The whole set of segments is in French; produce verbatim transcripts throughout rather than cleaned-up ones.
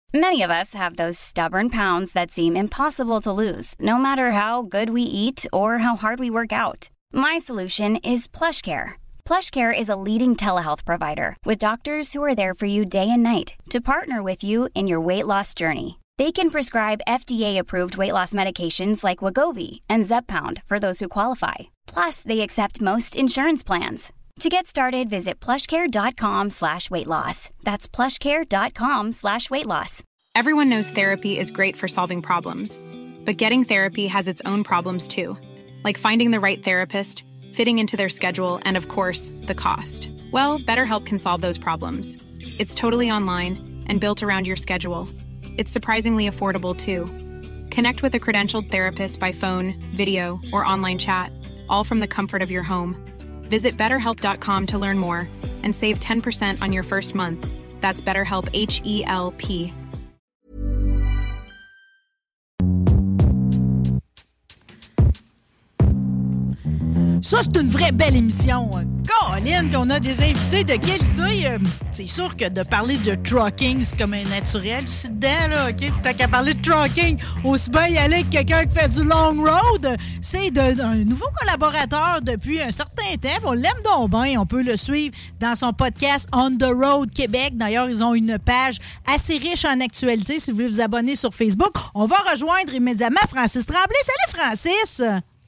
Many of us have those stubborn pounds that seem impossible to lose, no matter how good we eat or how hard we work out. My solution is PlushCare. PlushCare is a leading telehealth provider with doctors who are there for you day and night to partner with you in your weight loss journey. They can prescribe F D A-approved weight loss medications like Wegovy and Zepbound for those who qualify. Plus, they accept most insurance plans. To get started, visit plushcare.com slash weight loss. That's plushcare.com slash weight loss. Everyone knows therapy is great for solving problems, but getting therapy has its own problems too, like finding the right therapist, fitting into their schedule, and of course, the cost. Well, BetterHelp can solve those problems. It's totally online and built around your schedule. It's surprisingly affordable too. Connect with a credentialed therapist by phone, video, or online chat, all from the comfort of your home. Visit better help dot com to learn more and save ten percent on your first month. That's BetterHelp, H E L P. Ça, c'est une vraie belle émission. Colin, puis on a des invités de qualité. C'est sûr que de parler de trucking, c'est comme un naturel ici dedans, là, OK? T'as qu'à parler de trucking, aussi bien y aller avec quelqu'un qui fait du long road. C'est de, un nouveau collaborateur depuis un certain temps. On l'aime donc bien. On peut le suivre dans son podcast On the Road Québec. D'ailleurs, ils ont une page assez riche en actualité si vous voulez vous abonner sur Facebook. On va rejoindre immédiatement Francis Tremblay. Salut, Francis!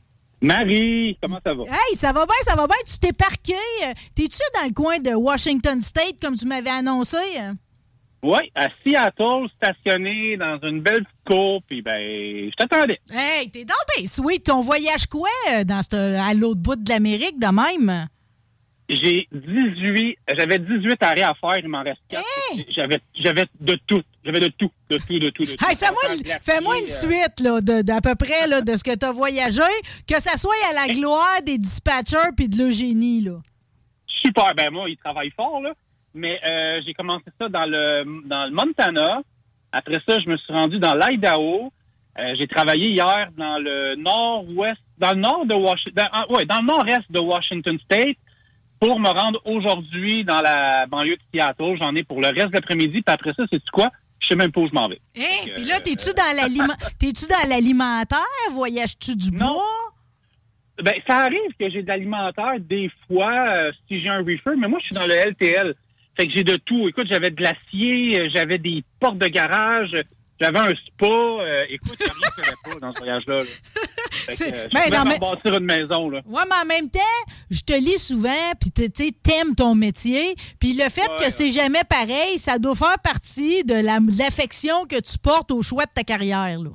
Marie, comment ça va? Hey, ça va bien, ça va bien. Tu t'es parqué. T'es-tu dans le coin de Washington State, comme tu m'avais annoncé? Oui, à Seattle, stationné dans une belle petite cour, puis ben, je t'attendais. Hey, t'es donc bien sweet. Ton voyage quoi dans cette, à l'autre bout de l'Amérique, de même? J'ai dix-huit, j'avais dix-huit arrêts à faire, il m'en reste quatre. Hey! J'avais, j'avais de tout, j'avais de tout, de tout, de tout, de tout. Hey, fais-moi, une, fais-moi une suite, là, de, d'à peu près, là, de ce que t'as voyagé, que ça soit à la gloire des dispatchers puis de l'Eugénie, là. Super, ben moi, ils travaillent fort, là, mais euh, j'ai commencé ça dans le, dans le Montana. Après ça, je me suis rendu dans l'Idaho. Euh, j'ai travaillé hier dans le nord-ouest, dans le nord de Washington, dans, ouais, dans le nord-est de Washington State. Pour me rendre aujourd'hui dans la banlieue de Seattle, j'en ai pour le reste de l'après-midi. Puis après ça, c'est-tu quoi? Je sais même pas où je m'en vais. Hé, hey, puis là, t'es-tu euh, dans l'aliment... t'es-tu dans l'alimentaire? Voyages-tu du non. bois? Ben, ça arrive que j'ai de l'alimentaire des fois, euh, si j'ai un reefer, mais moi, je suis dans le L T L. Fait que j'ai de tout. Écoute, j'avais de l'acier, j'avais des portes de garage, j'avais un spa. Euh, écoute, il n'y a rien que je faisais pas dans ce voyage-là. Là. Fait que, euh, je peux même bâtir une maison, là. Ouais, mais en même temps, je te lis souvent, puis tu sais, t'aimes ton métier, puis le fait ouais, que ouais. c'est jamais pareil, ça doit faire partie de, la, de l'affection que tu portes au choix de ta carrière, là.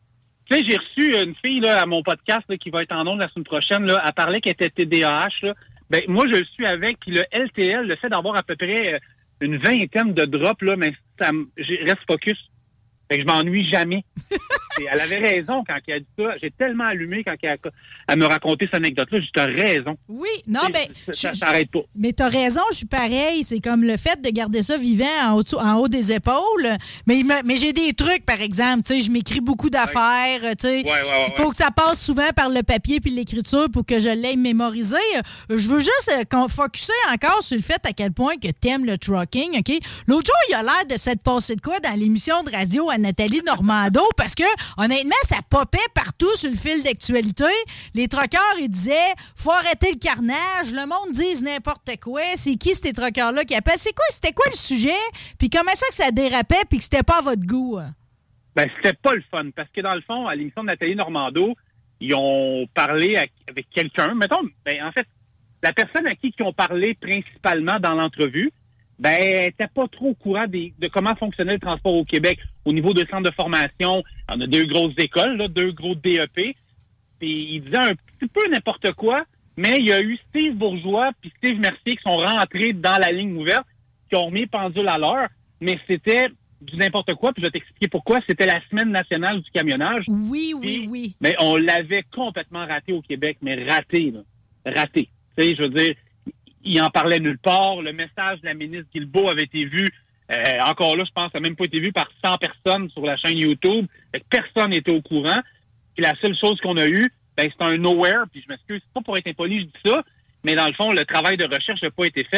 Tu sais, j'ai reçu une fille, là, à mon podcast, là, qui va être en ondes la semaine prochaine, là, elle parlait qu'elle était T D A H, là. Ben, moi, je le suis avec, puis le L T L, le fait d'avoir à peu près une vingtaine de drops, là, mais ça me, je reste focus. Fait que je m'ennuie jamais. Et elle avait raison quand elle a dit ça. J'ai tellement allumé quand elle, a, elle me racontait cette anecdote-là. J'ai dit, t'as raison. Oui, non, ben... Ça, ça, ça s'arrête pas. Mais t'as raison, je suis pareil. C'est comme le fait de garder ça vivant en haut, en haut des épaules. Mais, mais j'ai des trucs, par exemple. Tu sais, je m'écris beaucoup d'affaires. Tu sais, ouais, ouais, ouais, il faut ouais. que ça passe souvent par le papier puis l'écriture pour que je l'aie mémorisé. Je veux juste qu'on focusser encore sur le fait à quel point que t'aimes le trucking, OK? L'autre jour, il a l'air de s'être passé de quoi dans l'émission de radio à Nathalie Normando parce que, honnêtement, ça popait partout sur le fil d'actualité. Les truckers, ils disaient « Faut arrêter le carnage. Le monde dise n'importe quoi. C'est qui ces truckers-là qui appellent? C'est quoi? C'était quoi le sujet? Puis comment ça que ça dérapait puis que c'était pas à votre goût? » Ben, c'était pas le fun. Parce que, dans le fond, à l'émission de Nathalie Normando, ils ont parlé à, avec quelqu'un. Mettons, ben, en fait, la personne à qui ils ont parlé principalement dans l'entrevue, ben, elle était pas trop au courant des, de comment fonctionnait le transport au Québec. Au niveau des centres de formation, on a deux grosses écoles, là, deux gros D E P. Puis il disait un petit peu n'importe quoi, mais il y a eu Steve Bourgeois puis Steve Mercier qui sont rentrés dans la ligne ouverte, qui ont remis pendule à l'heure, mais c'était du n'importe quoi, puis je vais t'expliquer pourquoi. C'était la semaine nationale du camionnage. Oui, oui, puis, oui. Mais on l'avait complètement raté au Québec, mais raté, là. Raté. Tu sais, je veux dire, il en parlait nulle part. Le message de la ministre Guilbeault avait été vu, euh, encore là, je pense, ça n'a même pas été vu par cent personnes sur la chaîne YouTube. Fait que personne n'était au courant. Puis la seule chose qu'on a eue, ben, c'est un nowhere. Puis je m'excuse, c'est pas pour être impoli, je dis ça, mais dans le fond, le travail de recherche n'a pas été fait.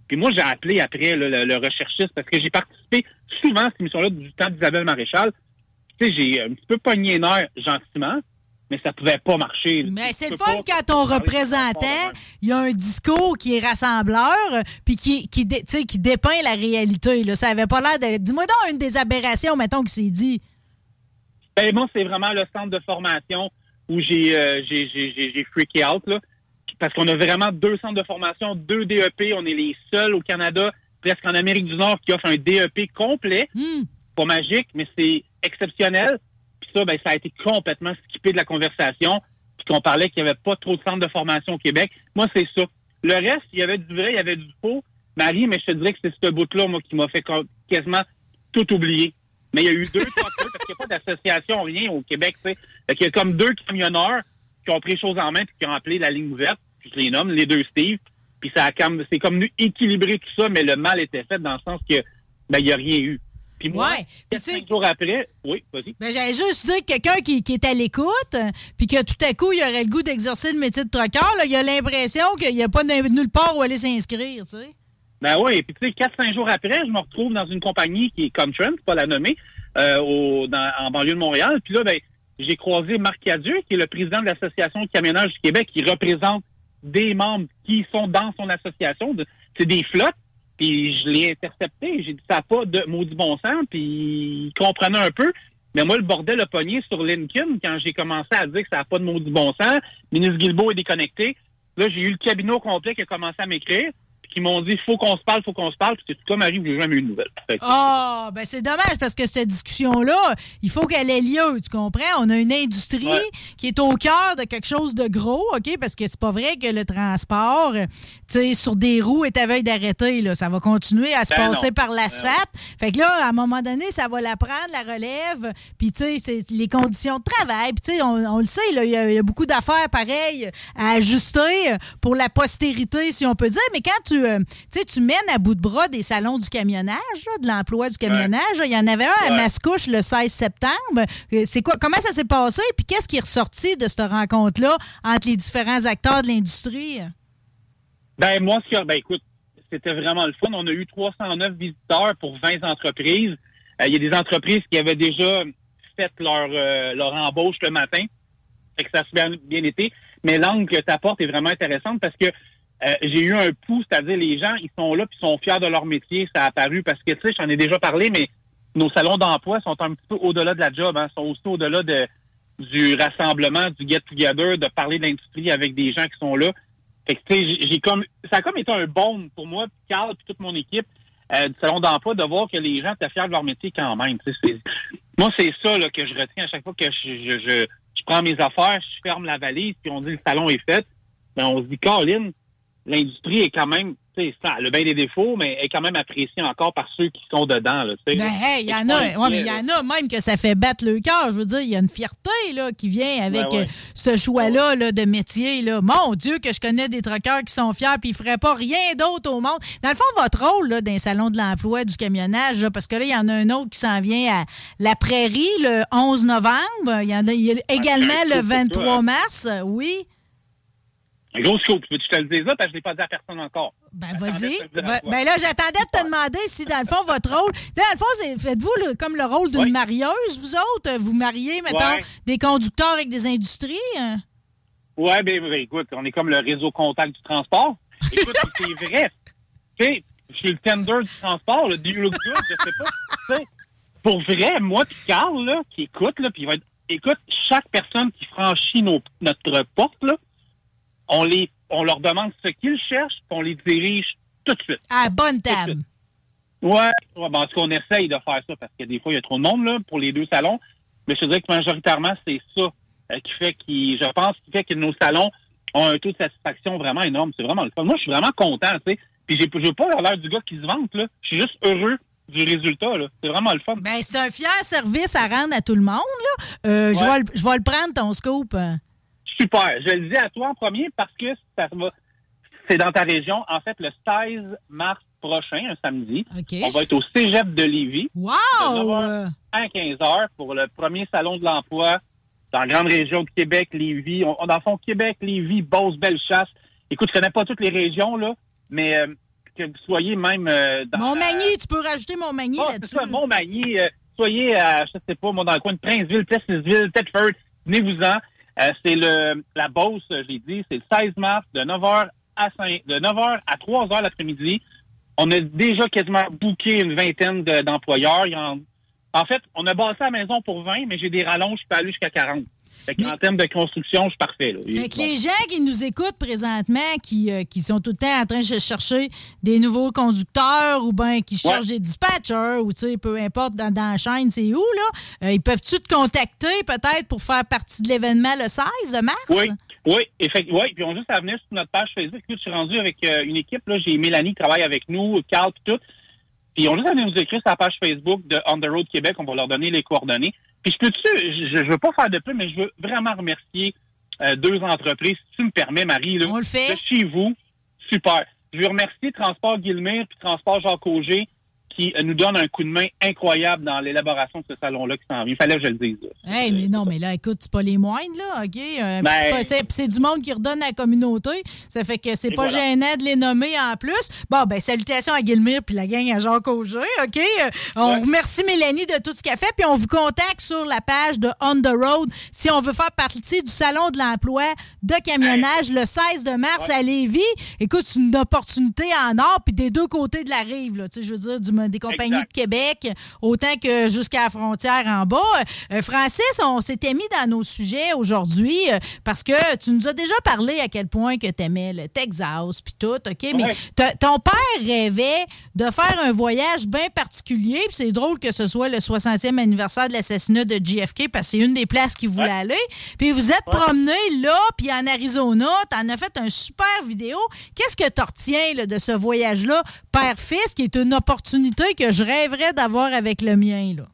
Puis moi, j'ai appelé après là, le, le recherchiste parce que j'ai participé souvent à cette émission-là du temps d'Isabelle Maréchal. Tu sais, j'ai un petit peu pogné les nerfs gentiment, mais ça pouvait pas marcher. Mais c'est le fun quand ton représentant, il y a un discours qui est rassembleur, puis qui, qui, dé, qui dépeint la réalité. Là. Ça avait pas l'air de... Dis-moi donc une des aberrations, mettons, qui s'est dit. Ben moi, c'est vraiment le centre de formation où j'ai, euh, j'ai, j'ai, j'ai, j'ai freaké out, là. Parce qu'on a vraiment deux centres de formation, deux D E P. On est les seuls au Canada, presque en Amérique du Nord, qui offrent un D E P complet. Mm. Pas magique, mais c'est exceptionnel. Puis ça, ben, ça a été complètement skippé de la conversation. Puis qu'on parlait qu'il n'y avait pas trop de centres de formation au Québec. Moi, c'est ça. Le reste, il y avait du vrai, il y avait du faux. Marie, mais je te dirais que c'est ce bout-là, moi, qui m'a fait quasiment tout oublier. Mais il y a eu deux, trois trucs, parce qu'il n'y a pas d'association, rien au Québec, tu sais. Fait qu'il y a comme deux camionneurs qui ont pris les choses en main puis qui ont appelé la ligne ouverte. Puis je les nomme, les deux Steve. Puis ça a comme, c'est comme venu équilibrer tout ça, mais le mal était fait dans le sens que, ben, il n'y a rien eu. Puis moi, ouais. quatre, cinq jours après, oui, vas-y. Ben, j'allais juste dire que quelqu'un qui, qui est à l'écoute, puis que tout à coup, il aurait le goût d'exercer le métier de trucker, là, il a l'impression qu'il n'y a pas nulle part où aller s'inscrire, tu sais. Ben oui, puis tu sais, quatre, cinq jours après, je me retrouve dans une compagnie qui est Contrans, pas la nommer, euh, au, dans, en banlieue de Montréal. Puis là, ben, j'ai croisé Marc Cadieux, qui est le président de l'Association de camionnage du Québec, qui représente des membres qui sont dans son association. De, c'est des flottes. Puis je l'ai intercepté. J'ai dit, ça n'a pas de maudit bon sens. Puis il comprenait un peu. Mais moi, le bordel a pogné sur LinkedIn quand j'ai commencé à dire que ça n'a pas de maudit bon sens. Ministre Guilbeault est déconnecté. Là, j'ai eu le cabinet au complet qui a commencé à m'écrire. Qui m'ont dit, il faut qu'on se parle, il faut qu'on se parle. Puis c'est tout comme Marie, j'ai jamais eu de nouvelles. Ah, oh, ben c'est dommage parce que cette discussion-là, il faut qu'elle ait lieu, tu comprends? On a une industrie ouais. qui est au cœur de quelque chose de gros, OK? Parce que c'est pas vrai que le transport, tu sais, sur des roues est à veille d'arrêter, là. Ça va continuer à se ben passer non. par l'asphalte. Ben fait que là, à un moment donné, ça va la prendre, la relève. Puis, tu sais, c'est les conditions de travail. Puis, tu sais, on, on le sait, là, il y, y a beaucoup d'affaires pareilles à ajuster pour la postérité, si on peut dire. Mais quand tu Euh, tu sais, tu mènes à bout de bras des salons du camionnage, là, de l'emploi du camionnage. Ouais. Il y en avait un à ouais. Mascouche le seize septembre. C'est quoi, comment ça s'est passé? Puis qu'est-ce qui est ressorti de cette rencontre-là entre les différents acteurs de l'industrie? Ben, moi, ce que, ben, écoute, c'était vraiment le fun. On a eu trois cent neuf visiteurs pour vingt entreprises. Euh, il y a des entreprises qui avaient déjà fait leur, euh, leur embauche le matin. Fait que ça a bien, bien été. Mais l'angle que tu apportes est vraiment intéressante parce que Euh, j'ai eu un pouls, c'est-à-dire les gens, ils sont là puis sont fiers de leur métier, ça a apparu parce que, tu sais, j'en ai déjà parlé, mais nos salons d'emploi sont un petit peu au-delà de la job, hein, sont aussi au-delà de du rassemblement, du get-together, de parler de l'industrie avec des gens qui sont là. Fait que, tu sais, j'ai, j'ai comme, ça a comme été un baume pour moi, puis Carl, puis toute mon équipe euh, du salon d'emploi, de voir que les gens étaient fiers de leur métier quand même. Tu sais, c'est, moi, c'est ça là, que je retiens à chaque fois que je, je, je, je prends mes affaires, je ferme la valise, puis on dit le salon est fait. Ben, on se dit, Caroline, l'industrie est quand même, tu sais, ça a le bien des défauts, mais est quand même appréciée encore par ceux qui sont dedans, là, tu sais. Ben, hey, il y en a, ouais, mais il y en a même que ça fait battre le cœur. Je veux dire, il y a une fierté, là, qui vient avec ben ouais. euh, ce choix-là, là, de métier, là. Mon Dieu, que je connais des truckers qui sont fiers puis ils feraient pas rien d'autre au monde. Dans le fond, votre rôle, là, dans le salon de l'emploi, du camionnage, là, parce que là, il y en a un autre qui s'en vient à La Prairie le onze novembre. Il y en a, il y a également le vingt-trois mars, oui. Un gros scoop. Tu veux que je te le dise là, parce que je ne l'ai pas dit à personne encore. Ben, vas-y. Va, ben là, j'attendais de te demander si, dans le fond, votre rôle... Dans le fond, c'est, faites-vous le, comme le rôle d'une oui. marieuse, vous autres? Vous mariez, mettons, ouais. des conducteurs avec des industries? Hein? Oui, ben, ben écoute, on est comme le réseau contact du transport. Écoute, c'est vrai. Tu sais, je suis le tender du transport, le do you look good, je sais pas. Tu sais, pour vrai, moi puis Carl, là, qui écoute, là, puis il va être... Écoute, chaque personne qui franchit nos, notre porte, là, On, les, on leur demande ce qu'ils cherchent, puis on les dirige tout de suite. À bonne table. Oui, ouais, ben, en tout cas, on essaye de faire ça, parce que des fois, il y a trop de monde là, pour les deux salons. Mais je te dirais que majoritairement, c'est ça euh, qui fait, qui, je pense, qui fait que nos salons ont un taux de satisfaction vraiment énorme. C'est vraiment le fun. Moi, je suis vraiment content, tu sais. Puis, j'ai, j'ai pas l'air du gars qui se vante, là. Je suis juste heureux du résultat, là. C'est vraiment le fun. Ben, c'est un fier service à rendre à tout le monde, là. Euh, ouais. Je vais je vais le prendre, ton scoop. Super. Je le dis à toi en premier parce que ça va, c'est dans ta région. En fait, le seize mars prochain, un samedi, okay. on va être au Cégep de Lévis. Wow! De neuf heures à quinze heures pour le premier salon de l'emploi dans la grande région de Québec, Lévis. On, dans le fond, Québec, Lévis, Beauce, Bellechasse. Écoute, je connais pas toutes les régions, là, mais euh, que vous soyez même euh, dans... Montmagny, euh... tu peux rajouter Montmagny oh, là-dessus. C'est ça, Montmagny, euh, soyez à, je sais pas, moi, dans le coin de Princeville, Plessisville, Thetford, venez-vous-en. Euh, c'est le la Beauce, j'ai dit, c'est le seize mars, de neuf heures à cinq, de neuf heures à trois heures l'après-midi. On a déjà quasiment booké une vingtaine de, d'employeurs. Il y en, en fait, on a bâti la maison pour vingt, mais j'ai des rallonges, je peux aller jusqu'à quarante. Fait mais... En termes de construction, je suis parfait. Là. Fait que bon. les gens qui nous écoutent présentement, qui, euh, qui sont tout le temps en train de chercher des nouveaux conducteurs ou bien qui cherchent ouais. des dispatchers ou peu importe dans, dans la chaîne, c'est où, là? Euh, ils peuvent-tu te contacter peut-être pour faire partie de l'événement le seize de mars? Oui. Oui, effectivement. Oui, puis on a juste à venir sur notre page Facebook. Je suis rendu avec euh, une équipe. Là, j'ai Mélanie qui travaille avec nous, Carl, puis tout. Puis on a juste à venir nous écrire sur la page Facebook de On the Road Québec. On va leur donner les coordonnées. Puis je peux-tu, je, je veux pas faire de plus, mais je veux vraiment remercier euh, deux entreprises, si tu me permets, Marie. Là, on le fait. De chez vous. Super. Je veux remercier Transport Guillemire puis Transport Jacques-Auger qui nous donne un coup de main incroyable dans l'élaboration de ce salon-là qui s'en vient. Il fallait que je le dise. Là. Hey, mais non, mais là, écoute, c'est pas les moindres, là, OK? Euh, ben, c'est, pas, c'est, c'est du monde qui redonne à la communauté. Ça fait que c'est pas voilà. gênant de les nommer en plus. Bon, ben salutations à Guillemire puis la gang à Jacques-Auger, OK? Euh, on ouais. remercie Mélanie de tout ce qu'elle fait, puis on vous contacte sur la page de On the Road si on veut faire partie du Salon de l'emploi de camionnage hey. le seize de mars ouais. à Lévis. Écoute, c'est une opportunité en or, puis des deux côtés de la rive, là, tu sais, je veux dire, du des compagnies exact. de Québec, autant que jusqu'à la frontière en bas. Euh, Francis, on s'était mis dans nos sujets aujourd'hui euh, parce que tu nous as déjà parlé à quel point que tu aimais le Texas puis tout, OK? Ouais. Mais t- ton père rêvait de faire un voyage bien particulier, puis c'est drôle que ce soit le soixantième anniversaire de l'assassinat de J F K parce que c'est une des places qu'il voulait ouais. aller. Puis vous êtes ouais. promené là, puis en Arizona, t'en as fait un super vidéo. Qu'est-ce que tu retiens là, de ce voyage-là, père-fils, qui est une opportunité que je rêverais d'avoir avec le mien, là?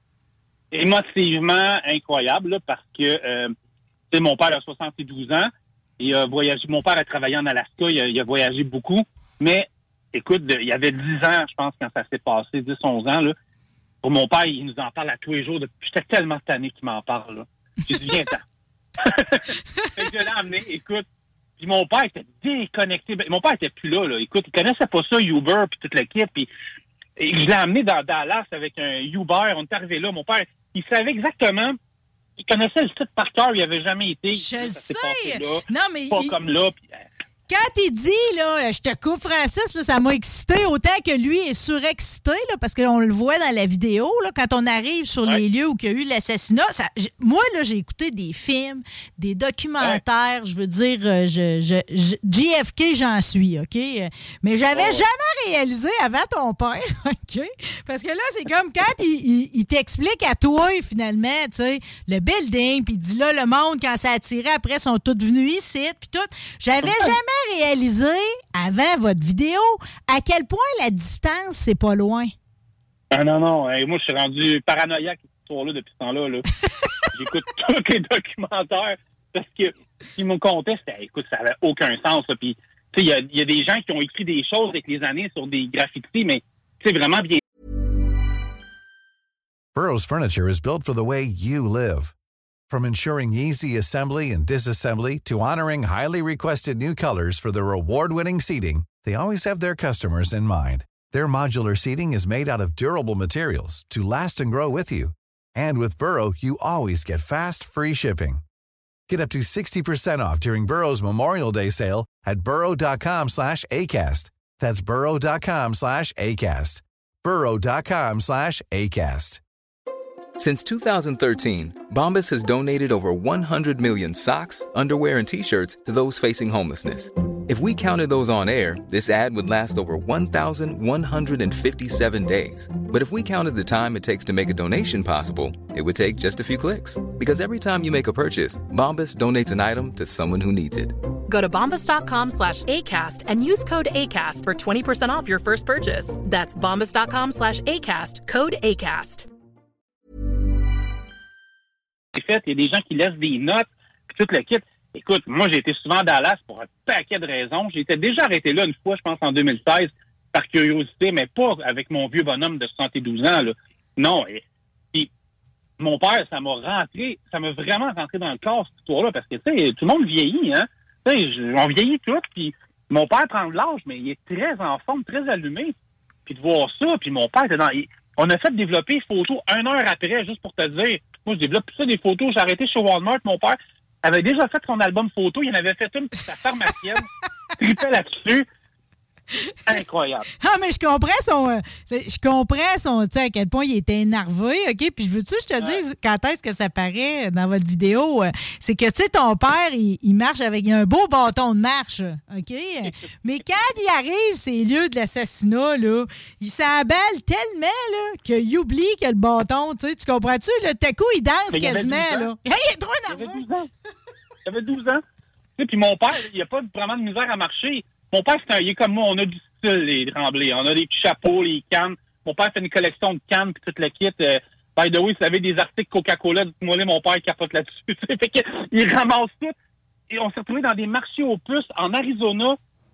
Émotivement incroyable, là, parce que euh, mon père a soixante-douze ans. Il a voyagé. Mon père a travaillé en Alaska. Il a, il a voyagé beaucoup. Mais, écoute, de, il y avait dix ans, je pense, quand ça s'est passé, dix, onze ans. Là. Pour mon père, il nous en parle à tous les jours. Depuis, j'étais tellement tanné qu'il m'en parle. Là. J'ai dit, viens-t'en. Fait que je l'ai amené, écoute. Puis mon père était déconnecté. Mon père était plus là, là. Écoute, il connaissait pas ça, Uber, puis toute l'équipe. Puis et je l'ai amené dans Dallas avec un Uber. On est arrivé là. Mon père, il savait exactement. Il connaissait le site par cœur. Il n'y avait jamais été. Je ça sais. Là, non, mais pas il... comme là. Puis, quand il dit, là, je te coupe, Francis, là, ça m'a excité autant que lui est surexcité, là, parce qu'on le voit dans la vidéo, là, quand on arrive sur ouais. les lieux où il y a eu l'assassinat. Ça, moi, là, j'ai écouté des films, des documentaires, ouais. je veux dire, je, je, je, J F K, j'en suis, OK? Mais j'avais oh. jamais réalisé avant ton père, OK? Parce que là, c'est comme quand il, il, il t'explique à toi, finalement, tu sais, le building, puis il dit là, le monde, quand ça a tiré, après, sont tous venus ici, puis tout. J'avais jamais réalisé avant votre vidéo à quel point la distance, c'est pas loin. Ah non, non. Hey, moi, je suis rendu paranoïaque cette histoire-là depuis ce temps-là. Là. J'écoute tous les documentaires parce que ce qu'ils me contaient, c'était, écoute, ça n'avait aucun sens. Puis, tu sais, il y a, y a des gens qui ont écrit des choses avec les années sur des graffitis, mais c'est vraiment bien. Burrow's furniture is built for the way you live. From ensuring easy assembly and disassembly to honoring highly requested new colors for their award-winning seating, they always have their customers in mind. Their modular seating is made out of durable materials to last and grow with you. And with Burrow, you always get fast, free shipping. Get up to sixty percent off during Burrow's Memorial Day sale at burrow.com slash ACAST. That's burrow.com slash ACAST. burrow.com slash ACAST. Since two thousand thirteen, Bombas has donated over one hundred million socks, underwear, and T-shirts to those facing homelessness. If we counted those on air, this ad would last over one thousand one hundred fifty-seven days. But if we counted the time it takes to make a donation possible, it would take just a few clicks. Because every time you make a purchase, Bombas donates an item to someone who needs it. Go to bombas.com slash ACAST and use code ACAST for twenty percent off your first purchase. That's bombas.com slash ACAST, code ACAST. Fait, il y a des gens qui laissent des notes, puis tout le kit. Écoute, moi, j'ai été souvent à Dallas pour un paquet de raisons. J'ai été déjà arrêté là une fois, je pense, en deux mille seize, par curiosité, mais pas avec mon vieux bonhomme de soixante-douze ans, là. Non. Et, puis, mon père, ça m'a rentré, ça m'a vraiment rentré dans le corps, cette histoire-là, parce que, tu sais, tout le monde vieillit, hein. Tu sais, on vieillit tout, puis Mon père prend de l'âge, mais il est très en forme, très allumé. Puis de voir ça, puis mon père était dans... Il... On a fait développer les photos une heure après, juste pour te dire. Moi, je développe ça, des photos. J'ai arrêté chez Walmart. Mon père avait déjà fait son album photo. Il en avait fait une pour sa pharmacienne. Tripait là-dessus. Incroyable. Ah, mais je comprends son. Euh, je comprends son. Tu sais, à quel point il était énervé, OK? Puis je veux-tu, je te ouais. dise, quand est-ce que ça paraît dans votre vidéo? Euh, c'est que, tu sais, ton père, il, il marche avec un beau bâton de marche, OK? Mais quand il arrive, ces lieux de l'assassinat, là, il s'emballe tellement, là, qu'il oublie que le bâton, tu sais, tu comprends-tu? Le coup, il danse quasiment, là. Hey, il est trop énerveux. Il avait douze ans. Il avait douze ans. Tu sais, puis mon père, il n'a pas vraiment de misère à marcher. Mon père, c'est un, il est comme moi, on a du style, les Tremblay. On a des petits chapeaux, les cannes. Mon père fait une collection de cannes puis tout le kit. Euh, by the way, vous savez, des articles Coca-Cola, dites-moi là, mon père capote là-dessus. Fait que, il ramasse tout. Et on s'est retrouvés dans des marchés aux puces en Arizona.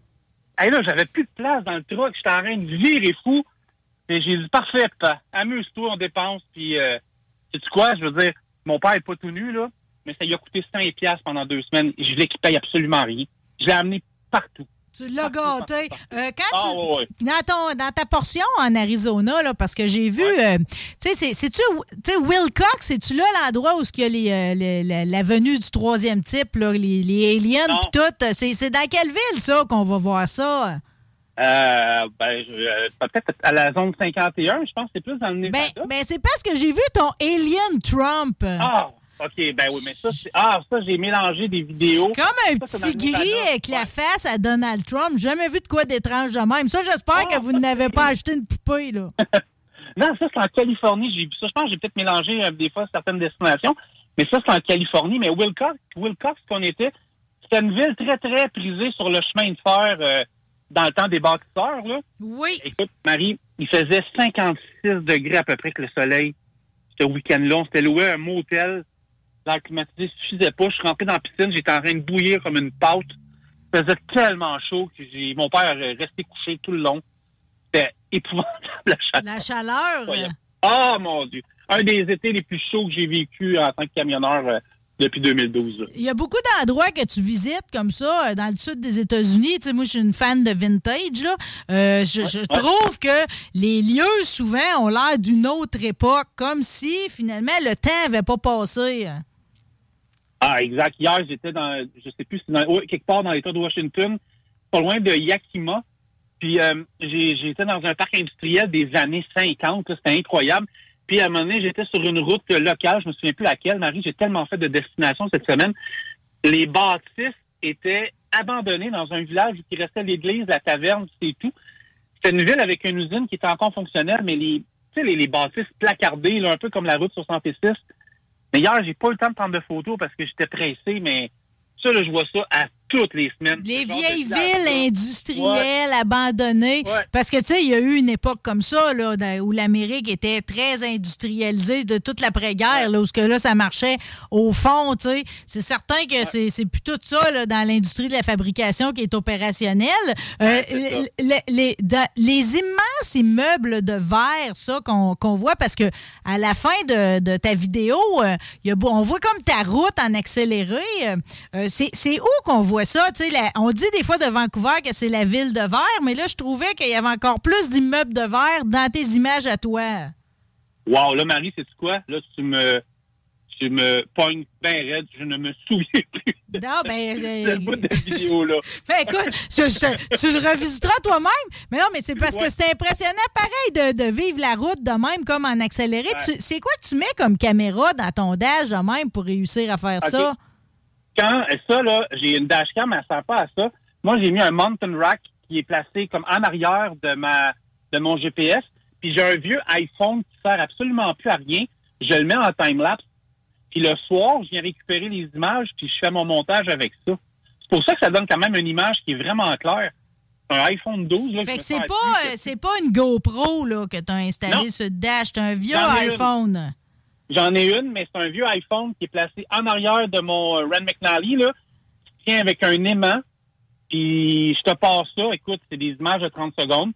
Et là, j'avais plus de place dans le truck. J'étais en train de virer fou. Et j'ai dit, parfait, papa. Amuse-toi, on dépense. Puis, euh, sais-tu quoi? Je veux dire, mon père est pas tout nu, là. Mais ça lui a coûté cinq piastres pendant deux semaines. Je voulais qu'il paye absolument rien. Je l'ai amené partout. Tu l'as gâté. Euh, quand ah, tu, ouais, ouais. Dans, ton, dans ta portion en Arizona, là, parce que j'ai vu, ouais. euh, tu sais, c'est-tu, tu sais, Wilcox, c'est-tu là l'endroit où il y a les, euh, les, la, la venue du troisième type, là, les, les aliens et tout? C'est, c'est dans quelle ville, ça, qu'on va voir ça? Euh, ben, je, peut-être à la zone cinquante et un, je pense que c'est plus dans le Nevada. Ben, ben c'est parce que j'ai vu ton Alien Trump. Ah! OK, ben oui, mais ça, c'est... Ah, ça, j'ai mélangé des vidéos. Comme un ça, petit gris avec ouais. la face à Donald Trump. J'ai jamais vu de quoi d'étrange de même. Ça, j'espère oh, que vous n'avez pas acheté une poupée, là. Non, ça, c'est en Californie. J'ai vu ça. Je pense que j'ai peut-être mélangé euh, des fois certaines destinations. Mais ça, c'est en Californie. Mais Wilcox, Wilcox, qu'on était, c'était une ville très, très prisée sur le chemin de fer euh, dans le temps des bâtisseurs, là. Oui. Écoute, Marie, il faisait cinquante-six degrés à peu près que le soleil. Ce week-end-là, on s'était loué un motel. L'air climatisé ne suffisait pas. Je suis rentré dans la piscine, j'étais en train de bouillir comme une pâte. Il faisait tellement chaud que j'ai... mon père restait couché tout le long. C'était épouvantable, la chaleur. La chaleur? Ouais. Ah, oh, mon Dieu! Un des étés les plus chauds que j'ai vécu en tant que camionneur euh, depuis deux mille douze. Il y a beaucoup d'endroits que tu visites comme ça dans le sud des États-Unis. Tu sais, moi, je suis une fan de vintage. Là. Euh, je, ouais, je ouais. trouve que les lieux, souvent, ont l'air d'une autre époque, comme si, finalement, le temps n'avait pas passé. Ah, exact. Hier, j'étais dans, je sais plus, c'est dans, quelque part dans l'État de Washington, pas loin de Yakima. Puis, euh, j'ai, j'étais dans un parc industriel des années cinquante. Là, c'était incroyable. Puis, à un moment donné, j'étais sur une route locale. Je me souviens plus laquelle. Marie, j'ai tellement fait de destinations cette semaine. Les bâtisses étaient abandonnées dans un village où il restait l'église, la taverne, c'est tout. C'était une ville avec une usine qui était encore fonctionnelle, mais les, tu sais, les, les bâtisses placardées, là, un peu comme la route soixante-six. Mais hier, j'ai pas eu le temps de prendre de photos parce que j'étais pressé, mais ça, là, je vois ça à toutes les semaines. Les vieilles villes industrielles ouais. abandonnées. Ouais. Parce que, tu sais, il y a eu une époque comme ça, là, où l'Amérique était très industrialisée de toute l'après-guerre, ouais. là, où ce que là, ça marchait au fond, tu sais. C'est certain que ouais. c'est, c'est plus tout ça, là, dans l'industrie de la fabrication qui est opérationnelle. Ouais, euh, les, les, de, les immenses immeubles de verre, ça, qu'on, qu'on voit, parce que à la fin de, de ta vidéo, euh, y a, on voit comme ta route en accéléré. Euh, c'est, c'est où qu'on voit ça? Tu sais, la, on dit des fois de Vancouver que c'est la ville de verre, mais là, je trouvais qu'il y avait encore plus d'immeubles de verre dans tes images à toi. Wow, là, Marie, sais-tu quoi? Là, tu me, tu me pognes bien raide. Je ne me souviens plus de non, ben, ce bout de vidéo-là. Ben, écoute, je, je, tu le revisiteras toi-même. Mais non, mais c'est parce ouais. que c'est impressionnant, pareil, de, de vivre la route de même, comme en accéléré. Ouais. Tu, c'est quoi que tu mets comme caméra dans ton dash de même pour réussir à faire okay. ça? Quand ça, là, j'ai une dashcam, elle ne sert pas à ça. Moi, j'ai mis un mountain rack qui est placé comme en arrière de ma de mon G P S. Puis j'ai un vieux iPhone qui sert absolument plus à rien. Je le mets en time-lapse. Puis le soir, je viens récupérer les images puis je fais mon montage avec ça. C'est pour ça que ça donne quand même une image qui est vraiment claire. Un iPhone douze. Là, fait que c'est pas, euh, c'est pas une GoPro là, que tu as installé sur le dash. C'est un vieux iPhone. Une. J'en ai une, mais c'est un vieux iPhone qui est placé en arrière de mon Rand McNally, là, qui tient avec un aimant. Puis je te passe ça. Écoute, c'est des images de trente secondes.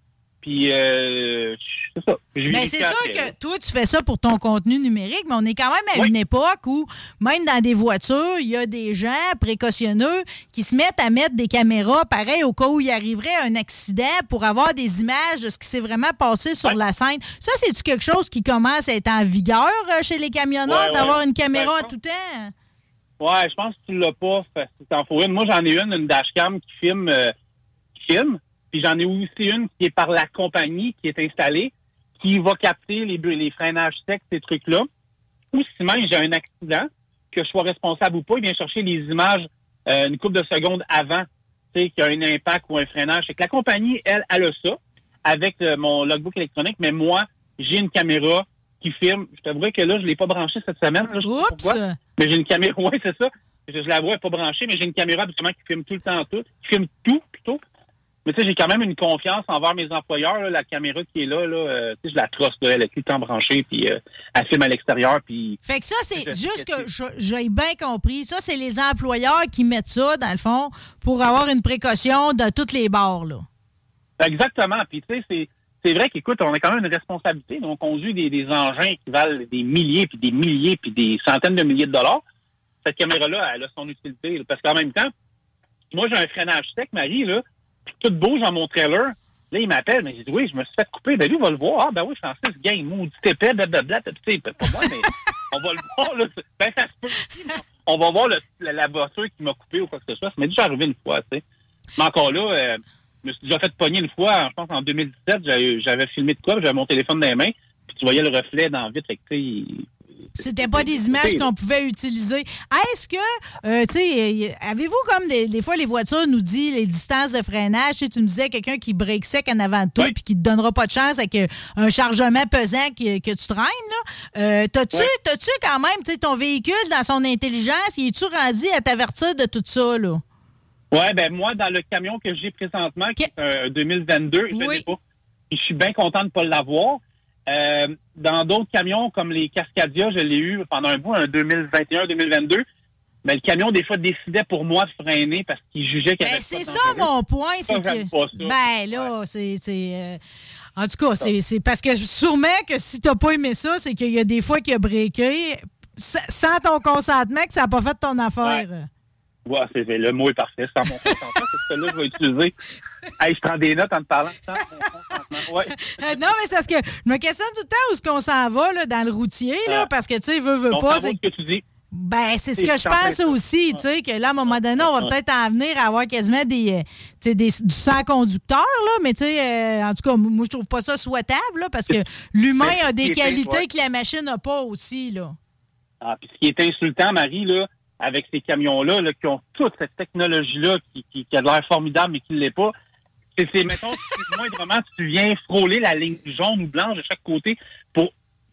Puis, euh, c'est ça. Mais c'est sûr après, que là. Toi, tu fais ça pour ton contenu numérique, mais on est quand même à oui. une époque où, même dans des voitures, il y a des gens précautionneux qui se mettent à mettre des caméras, pareil, au cas où il arriverait un accident pour avoir des images de ce qui s'est vraiment passé sur oui. la scène. Ça, c'est-tu quelque chose qui commence à être en vigueur chez les camionneurs, oui, d'avoir oui. une caméra ouais, à tout temps? Ouais, je pense que tu l'as pas. C'est en faut une. Moi, j'en ai une, une dashcam qui filme, euh, qui filme. Puis j'en ai aussi une qui est par la compagnie qui est installée, qui va capter les, les freinages secs, ces trucs-là. Ou si même j'ai un accident, que je sois responsable ou pas, il vient chercher les images euh, une couple de secondes avant, tu sais, qu'il y a un impact ou un freinage. C'est que la compagnie, elle, elle a ça avec euh, mon logbook électronique, mais moi, j'ai une caméra qui filme. Je t'avouerais que là, je l'ai pas branchée cette semaine. Là, je sais pas pourquoi. Mais j'ai une caméra, oui, c'est ça. Je, je la vois, elle n'est pas branchée, mais j'ai une caméra absolument qui filme tout le temps tout, qui filme tout plutôt. Mais tu sais, j'ai quand même une confiance envers mes employeurs. Là, la caméra qui est là, là euh, tu sais, je la trosse, là, elle est tout le temps branchée, puis euh, elle filme à l'extérieur. Puis fait que ça, c'est juste que j'ai bien compris. Ça, c'est les employeurs qui mettent ça, dans le fond, pour avoir une précaution de toutes les barres, là. Exactement. Puis tu sais, c'est, c'est vrai qu'écoute, on a quand même une responsabilité. Donc, on conduit des, des engins qui valent des milliers, puis des milliers, puis des centaines de milliers de dollars. Cette caméra-là, elle a son utilité. Là, parce qu'en même temps, moi, j'ai un freinage sec, Marie, là. Puis tout bouge dans mon trailer. Là, il m'appelle, mais j'ai dit, oui, je me suis fait couper. Ben lui, il va le voir. Ah, ben oui, Francis, game, maudit épais, blablabla. Tu sais, pas moi, mais on va le voir, là. Ben, ça se peut. On va voir le, la, la voiture qui m'a coupé ou quoi que ce soit. Ça m'est déjà arrivé une fois, tu sais. Mais encore là, euh, je me suis déjà fait pogner une fois, je pense en deux mille dix-sept, j'avais, j'avais filmé de quoi, j'avais mon téléphone dans les mains, puis tu voyais le reflet dans le vitre, fait que, tu sais, c'était pas des images qu'on pouvait utiliser. Est-ce que, euh, tu sais, avez-vous comme des, des fois les voitures nous disent les distances de freinage? Tu sais, tu me disais quelqu'un qui break sec en avant de toi puis qui te donnera pas de chance avec un chargement pesant que, que tu traînes, là. Euh, t'as-tu, ouais. t'as-tu quand même, tu sais, ton véhicule dans son intelligence, il est-tu rendu à t'avertir de tout ça, là? Ouais, ben moi, dans le camion que j'ai présentement, qui est un deux mille vingt-deux, je oui. l'ai pas. Je suis bien content de ne pas l'avoir. Euh, dans d'autres camions, comme les Cascadia, je l'ai eu pendant un bout, un deux mille vingt et un deux mille vingt-deux. Mais le camion, des fois, décidait pour moi de freiner parce qu'il jugeait qu'il y avait ben, c'est ça, mon point. C'est ça, que... pas ça. Ben, là, ouais. c'est... c'est euh... En tout cas, c'est, c'est parce que sûrement que si t'as pas aimé ça, c'est qu'il y a des fois qu'il a breaké sans ton consentement que ça n'a pas fait ton affaire. Ouais. Ouais, c'est, le mot est parfait. Sans mon consentement, c'est celui-là que je vais utiliser. Hey, je prends des notes en te parlant. Sans mon consentement. Ouais. Euh, non, mais c'est parce que je me questionne tout le temps où est-ce qu'on s'en va là, dans le routier, là, euh, parce que, tu sais, veut, veut pas. C'est ce que tu dis. Ben, c'est ce que je pense aussi, tu sais, que là, à un moment donné, on va peut-être en venir à avoir quasiment des, des, du sang conducteur, là, mais tu sais, euh, en tout cas, moi, je trouve pas ça souhaitable, là, parce que l'humain a des qualités que la machine n'a pas aussi, là. Ah, puis ce qui est insultant, Marie, là, avec ces camions-là, là, qui ont toute cette technologie-là, qui, qui, qui a de l'air formidable, mais qui ne l'est pas, c'est, c'est mettons, si moindrement, tu viens frôler la ligne jaune ou blanche de chaque côté pour...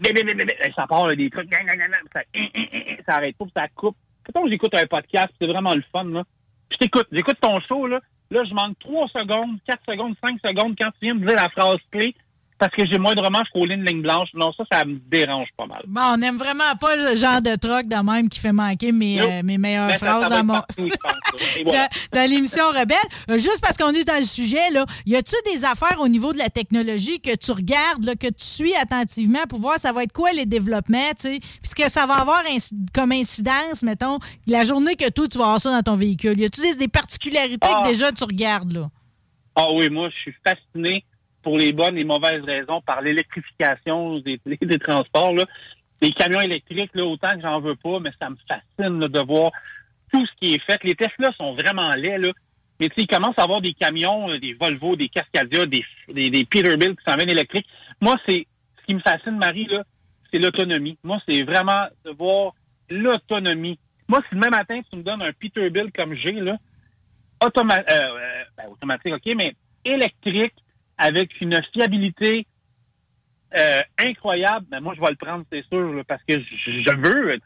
Ça part là, des trucs, ça, ça arrête pas, ça coupe. Quand j'écoute un podcast, c'est vraiment le fun, là. Puis je t'écoute, j'écoute ton show, là. Là, je manque trois secondes, quatre secondes, cinq secondes quand tu viens de dire la phrase clé parce que j'ai moindrement frôlé une ligne blanche. Non, ça, ça me dérange pas mal. Bon, on n'aime vraiment pas le genre de truc de même qui fait manquer mes, euh, mes meilleures ben, phrases ça, ça dans, mon... partout, voilà. dans, dans l'émission Rebelle. Euh, juste parce qu'on est dans le sujet, là, y a-tu des affaires au niveau de la technologie que tu regardes, là, que tu suis attentivement pour voir ça va être quoi les développements, tu sais, puis ce que ça va avoir inc- comme incidence, mettons, la journée que toi, tu vas avoir ça dans ton véhicule. Y a-tu des, des particularités ah. que déjà tu regardes, là? Ah oui, moi, je suis fasciné pour les bonnes et mauvaises raisons, par l'électrification des, des transports. Là. Les camions électriques, là, autant que j'en veux pas, mais ça me fascine là, de voir tout ce qui est fait. Les Tesla sont vraiment laids, là. Mais tu sais, ils commencent à avoir des camions, là, des Volvo, des Cascadia, des, des, des Peterbilt qui s'en viennent électriques. Moi, c'est ce qui me fascine, Marie, là, c'est l'autonomie. Moi, c'est vraiment de voir l'autonomie. Moi, si demain matin, tu me donnes un Peterbilt comme j'ai, là, automa- euh, euh, ben, automatique, OK, mais électrique, avec une fiabilité euh, incroyable, ben moi, je vais le prendre, c'est sûr, là, parce que je, je veux, tu sais,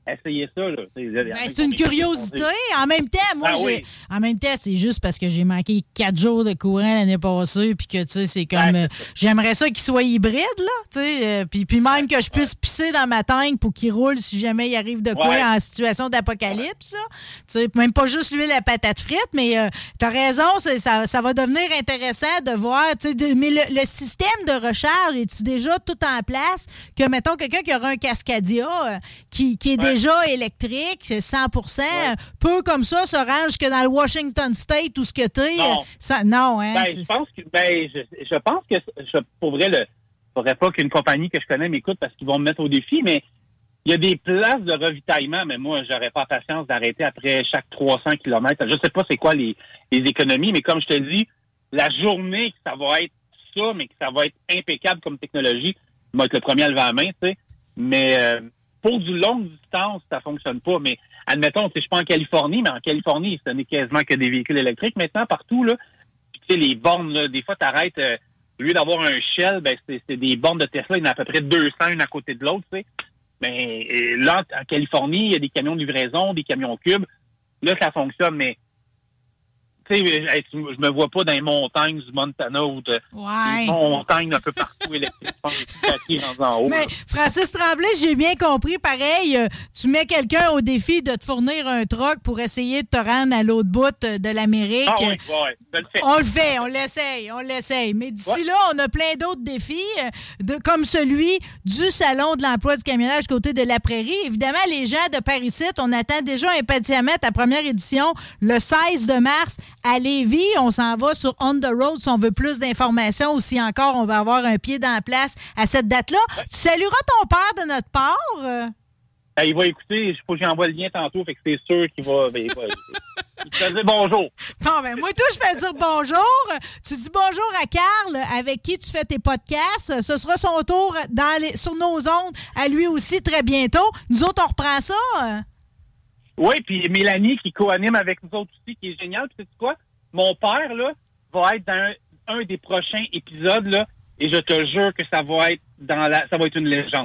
essayez ça. Là. Ben, c'est une curiosité. En même temps, moi, ah, j'ai... Oui. En même temps, c'est juste parce que j'ai manqué quatre jours de courant l'année passée, puis que, tu sais, c'est comme... Ouais, euh, j'aimerais ça qu'il soit hybride, là, tu sais, euh, puis, puis même que je puisse ouais. pisser dans ma tank pour qu'il roule si jamais il arrive de quoi ouais. en situation d'apocalypse, là. Tu sais, même pas juste lui la patate frite, mais euh, t'as raison, c'est, ça, ça va devenir intéressant de voir, tu sais, de, mais le, le système de recharge, est-tu déjà tout en place? Que, mettons, quelqu'un qui aura un Cascadia euh, qui, qui est ouais. déjà électrique, c'est cent pour cent, ouais. peu comme ça se range que dans le Washington State ou ce que t'es. Non. Ça, non, hein? Ben, je pense que, ben, je, je pense que, je pourrais le, faudrait pas qu'une compagnie que je connais m'écoute parce qu'ils vont me mettre au défi, mais il y a des places de ravitaillement, mais moi, j'aurais pas la patience d'arrêter après chaque trois cents kilomètres. Je sais pas c'est quoi les, les économies, mais comme je te dis, la journée que ça va être ça, mais que ça va être impeccable comme technologie, je vais être le premier à lever la main, tu sais. Mais euh, pour du longue distance, ça fonctionne pas. Mais admettons, tu sais, je suis pas en Californie, mais en Californie, ce n'est quasiment que des véhicules électriques maintenant partout, là. Puis, tu sais, les bornes, là, des fois, t'arrêtes, euh, au lieu d'avoir un Shell, ben, c'est, c'est des bornes de Tesla, il y en a à peu près deux cents, une à côté de l'autre, tu sais. Mais là, en Californie, il y a des camions de livraison, des camions cubes. Là, ça fonctionne, mais tu sais, je me vois pas dans les montagnes du Montana ou de ouais. des montagnes un peu partout électriques. Je pense que c'est en haut. Mais Francis Tremblay, j'ai bien compris. Pareil, euh, tu mets quelqu'un au défi de te fournir un truck pour essayer de te rendre à l'autre bout de l'Amérique. Ah oui, ouais, je le fais. On le fait, on l'essaye, on l'essaye. Mais d'ici ouais. là, on a plein d'autres défis, euh, de, comme celui du Salon de l'emploi du camionnage côté de la Prairie. Évidemment, les gens de Paris-Site, on attend déjà impatiemment ta première édition le seize de mars à Lévis. On s'en va sur On the Road si on veut plus d'informations ou si encore on va avoir un pied dans la place à cette date-là. Ouais. Tu salueras ton père de notre part? Euh... Ben, il va écouter. Il faut que j'envoie le lien tantôt, fait que c'est sûr qu'il va... Ben, il va il te faisait bonjour. Bon, ben moi, tout, je fais dire bonjour. Tu dis bonjour à Carl, avec qui tu fais tes podcasts. Ce sera son tour dans les, sur nos ondes, à lui aussi, très bientôt. Nous autres, on reprend ça. Oui, puis Mélanie qui co-anime avec nous autres aussi, qui est géniale. Puis sais-tu quoi? Mon père, là, va être dans un, un des prochains épisodes, là, et je te jure que ça va être dans la, ça va être une légende.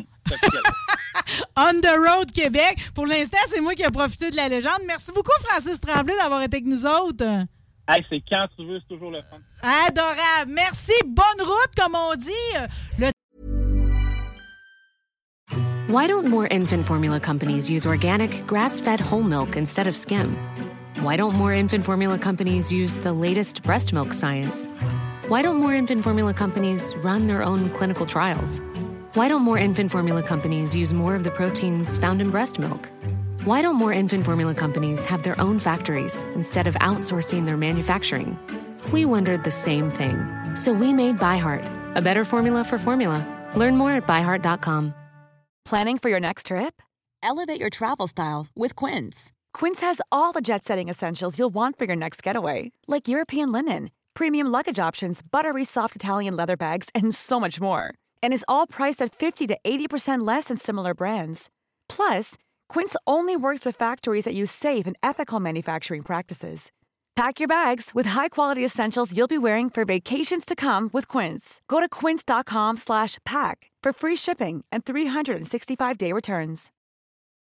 On the Road Québec. Pour l'instant, c'est moi qui ai profité de la légende. Merci beaucoup, Francis Tremblay, d'avoir été avec nous autres. Hey, c'est quand tu veux, c'est toujours le fun. Adorable. Merci. Bonne route, comme on dit. Le... Why don't more infant formula companies use organic, grass-fed whole milk instead of skim? Why don't more infant formula companies use the latest breast milk science? Why don't more infant formula companies run their own clinical trials? Why don't more infant formula companies use more of the proteins found in breast milk? Why don't more infant formula companies have their own factories instead of outsourcing their manufacturing? We wondered the same thing. So we made ByHeart, a better formula for formula. Learn more at by heart dot com. Planning for your next trip? Elevate your travel style with Quince. Quince has all the jet-setting essentials you'll want for your next getaway, like European linen, premium luggage options, buttery soft Italian leather bags, and so much more. And is all priced at fifty to eighty percent less than similar brands. Plus, Quince only works with factories that use safe and ethical manufacturing practices. Pack your bags with high-quality essentials you'll be wearing for vacations to come with Quince. Go to quince dot com slash pack for free shipping and three sixty-five day returns.